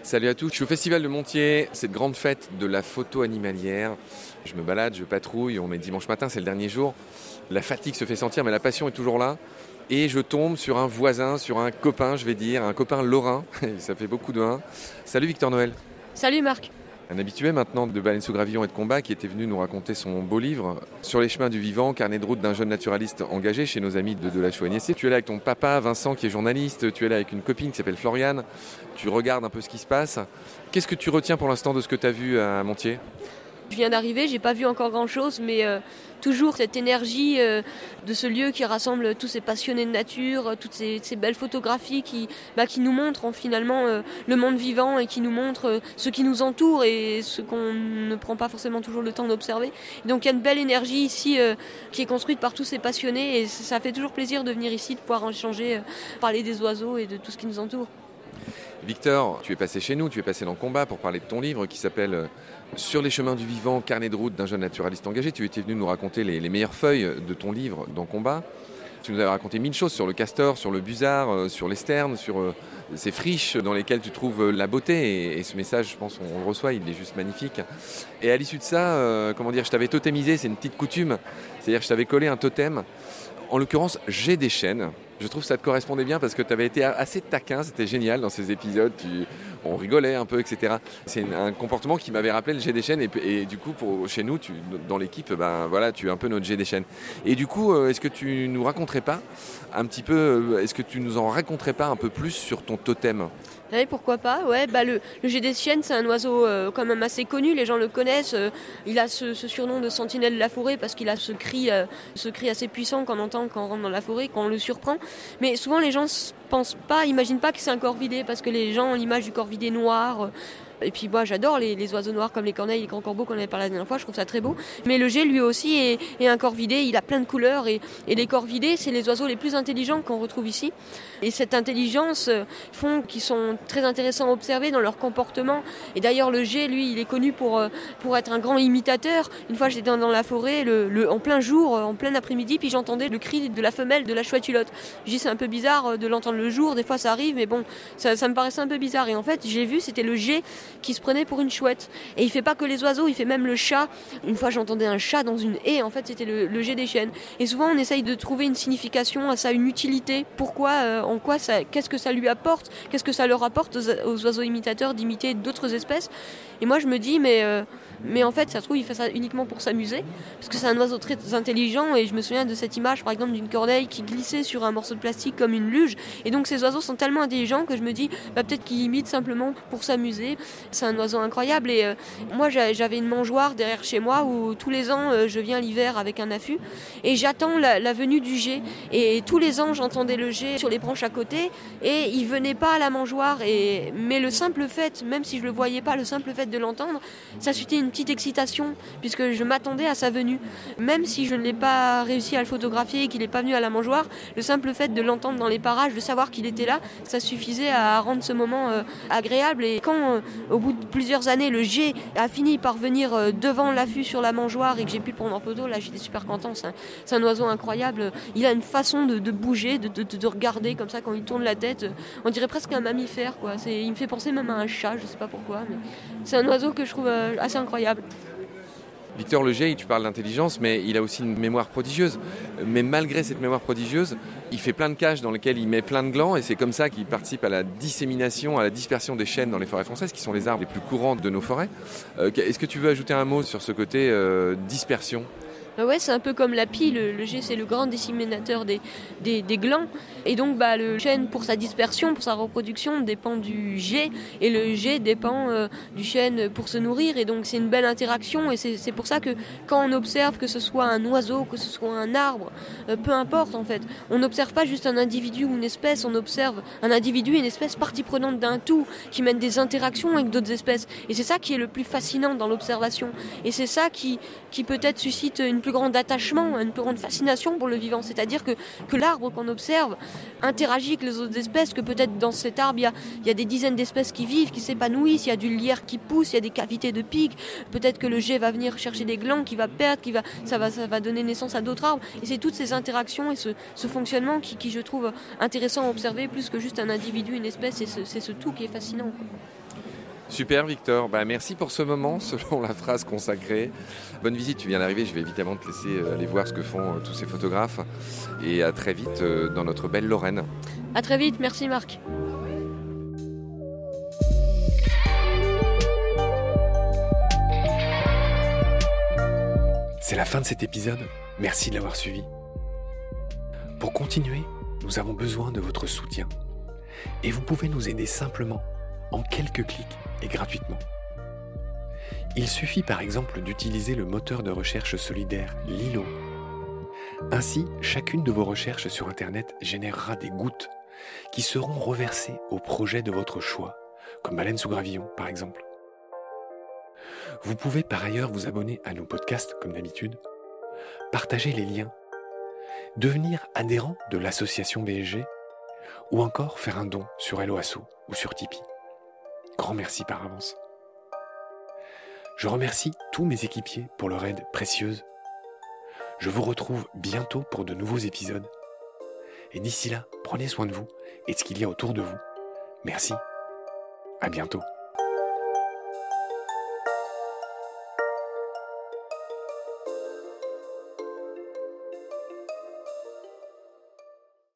Salut à tous, je suis au Festival de Montier, cette grande fête de la photo animalière. Je me balade, je patrouille, on est dimanche matin, c'est le dernier jour. La fatigue se fait sentir, mais la passion est toujours là. Et je tombe sur un voisin, sur un copain, je vais dire, un copain lorrain, ça fait beaucoup de 1. Salut Victor Noël. Salut Marc. Un habitué maintenant de Baleines sous gravillon et de combat qui était venu nous raconter son beau livre Sur les chemins du vivant, carnet de route d'un jeune naturaliste engagé chez nos amis de la Chouanier. Tu es là avec ton papa Vincent qui est journaliste, tu es là avec une copine qui s'appelle Floriane, tu regardes un peu ce qui se passe. Qu'est-ce que tu retiens pour l'instant de ce que tu as vu à Montier ? Je viens d'arriver, j'ai pas vu encore grand-chose, mais toujours cette énergie de ce lieu qui rassemble tous ces passionnés de nature, toutes ces belles photographies qui nous montrent finalement le monde vivant et qui nous montrent ce qui nous entoure et ce qu'on ne prend pas forcément toujours le temps d'observer. Et donc il y a une belle énergie ici qui est construite par tous ces passionnés et ça fait toujours plaisir de venir ici, de pouvoir échanger, parler des oiseaux et de tout ce qui nous entoure. Victor, tu es passé chez nous, tu es passé dans Combat pour parler de ton livre qui s'appelle Sur les chemins du vivant, carnet de route d'un jeune naturaliste engagé. Tu étais venu nous raconter les meilleures feuilles de ton livre dans Combat. Tu nous avais raconté 1000 choses sur le castor, sur le busard, sur les sternes, sur ces friches dans lesquelles tu trouves la beauté. Et ce message, je pense, on le reçoit, il est juste magnifique. Et à l'issue de ça, je t'avais totémisé, c'est une petite coutume. C'est-à-dire que je t'avais collé un totem. En l'occurrence, j'ai des chênes. Je trouve que ça te correspondait bien parce que tu avais été assez taquin, c'était génial dans ces épisodes, on rigolait un peu, etc. C'est un comportement qui m'avait rappelé le jet des chênes et du coup, chez nous, dans l'équipe, tu es un peu notre jet des chênes. Et du coup, est-ce que tu nous raconterais pas un petit peu, est-ce que tu nous en raconterais pas un peu plus sur ton totem ? Oui, pourquoi pas. Ouais, le jet des chênes, c'est un oiseau quand même assez connu, les gens le connaissent. Il a ce surnom de sentinelle de la forêt parce qu'il a ce cri assez puissant qu'on entend quand on rentre dans la forêt, quand on le surprend. Mais souvent les gens imaginent pas que c'est un corvidé parce que les gens ont l'image du corvidé noir. Et puis moi j'adore les oiseaux noirs comme les corneilles, les grands corbeaux qu'on avait parlé la dernière fois, je trouve ça très beau. Mais le jet lui aussi est un corvidé, il a plein de couleurs et les corvidés c'est les oiseaux les plus intelligents qu'on retrouve ici. Et cette intelligence font qu'ils sont très intéressants à observer dans leur comportement. Et d'ailleurs le jet lui il est connu pour être un grand imitateur. Une fois j'étais dans la forêt en plein jour, en plein après-midi, puis j'entendais le cri de la femelle de la chouette-ulotte. Je dis c'est un peu bizarre de l'entendre le jour, des fois ça arrive mais bon ça me paraissait un peu bizarre. Et en fait j'ai vu c'était le jet qui se prenait pour une chouette. Et il fait pas que les oiseaux, il fait même le chat. Une fois j'entendais un chat dans une haie, en fait c'était le jet des chênes. Et souvent on essaye de trouver une signification à ça, une utilité. Pourquoi, en quoi ça, qu'est-ce que ça lui apporte, qu'est-ce que ça leur apporte aux oiseaux imitateurs d'imiter d'autres espèces. Et moi je me dis mais en fait ça se trouve il fait ça uniquement pour s'amuser parce que c'est un oiseau très intelligent. Et je me souviens de cette image par exemple d'une corneille qui glissait sur un morceau de plastique comme une luge. Et donc ces oiseaux sont tellement intelligents que je me dis peut-être qu'ils imitent simplement pour s'amuser. C'est un oiseau incroyable. Et moi j'avais une mangeoire derrière chez moi où tous les ans je viens l'hiver avec un affût et j'attends la venue du jet. Et tous les ans j'entendais le jet sur les branches à côté et il venait pas à la mangeoire. Mais le simple fait, même si je le voyais pas, le simple fait de l'entendre, ça suscitait une petite excitation puisque je m'attendais à sa venue. Même si je n'ai pas réussi à le photographier et qu'il n'est pas venu à la mangeoire, le simple fait de l'entendre dans les parages, de savoir qu'il était là, ça suffisait à rendre ce moment agréable. Et quand au bout de plusieurs années le jet a fini par venir devant l'affût sur la mangeoire et que j'ai pu le prendre en photo, là j'étais super content. C'est un oiseau incroyable, il a une façon de bouger, de regarder comme ça quand il tourne la tête, on dirait presque un mammifère quoi. Il me fait penser même à un chat, je sais pas pourquoi, mais c'est un oiseau que je trouve assez incroyable. Victor Leger, tu parles d'intelligence, mais il a aussi une mémoire prodigieuse. Mais malgré cette mémoire prodigieuse, il fait plein de caches dans lesquelles il met plein de glands et c'est comme ça qu'il participe à la dissémination, à la dispersion des chênes dans les forêts françaises, qui sont les arbres les plus courants de nos forêts. Est-ce que tu veux ajouter un mot sur ce côté dispersion ? Ouais, c'est un peu comme la pie, le jet c'est le grand disséminateur des glands. Et donc le chêne pour sa dispersion, pour sa reproduction dépend du jet et le jet dépend du chêne pour se nourrir. Et donc c'est une belle interaction et c'est pour ça que quand on observe que ce soit un oiseau, que ce soit un arbre, peu importe en fait, on n'observe pas juste un individu ou une espèce, on observe un individu et une espèce partie prenante d'un tout qui mène des interactions avec d'autres espèces. Et c'est ça qui est le plus fascinant dans l'observation. Et c'est ça qui peut-être suscite une plus grande attachement, une plus grande fascination pour le vivant. C'est-à-dire que l'arbre qu'on observe interagit avec les autres espèces, que peut-être dans cet arbre, il y a des dizaines d'espèces qui vivent, qui s'épanouissent, il y a du lierre qui pousse, il y a des cavités de pics, peut-être que le jet va venir chercher des glands qu'il va perdre, ça va donner naissance à d'autres arbres. Et c'est toutes ces interactions et ce fonctionnement qui je trouve intéressant à observer, plus que juste un individu, une espèce, et c'est ce tout qui est fascinant, quoi. Super Victor, merci pour ce moment, selon la phrase consacrée. Bonne visite, tu viens d'arriver, je vais évidemment te laisser aller voir ce que font tous ces photographes. Et à très vite dans notre belle Lorraine. À très vite, merci Marc. C'est la fin de cet épisode, merci de l'avoir suivi. Pour continuer, nous avons besoin de votre soutien. Et vous pouvez nous aider simplement, en quelques clics et gratuitement. Il suffit par exemple d'utiliser le moteur de recherche solidaire Lilo. Ainsi, chacune de vos recherches sur Internet générera des gouttes qui seront reversées au projet de votre choix, comme Baleine sous gravillon par exemple. Vous pouvez par ailleurs vous abonner à nos podcasts comme d'habitude, partager les liens, devenir adhérent de l'association BSG ou encore faire un don sur Helloasso ou sur Tipeee. Grand merci par avance. Je remercie tous mes équipiers pour leur aide précieuse. Je vous retrouve bientôt pour de nouveaux épisodes. Et d'ici là, prenez soin de vous et de ce qu'il y a autour de vous. Merci. À bientôt.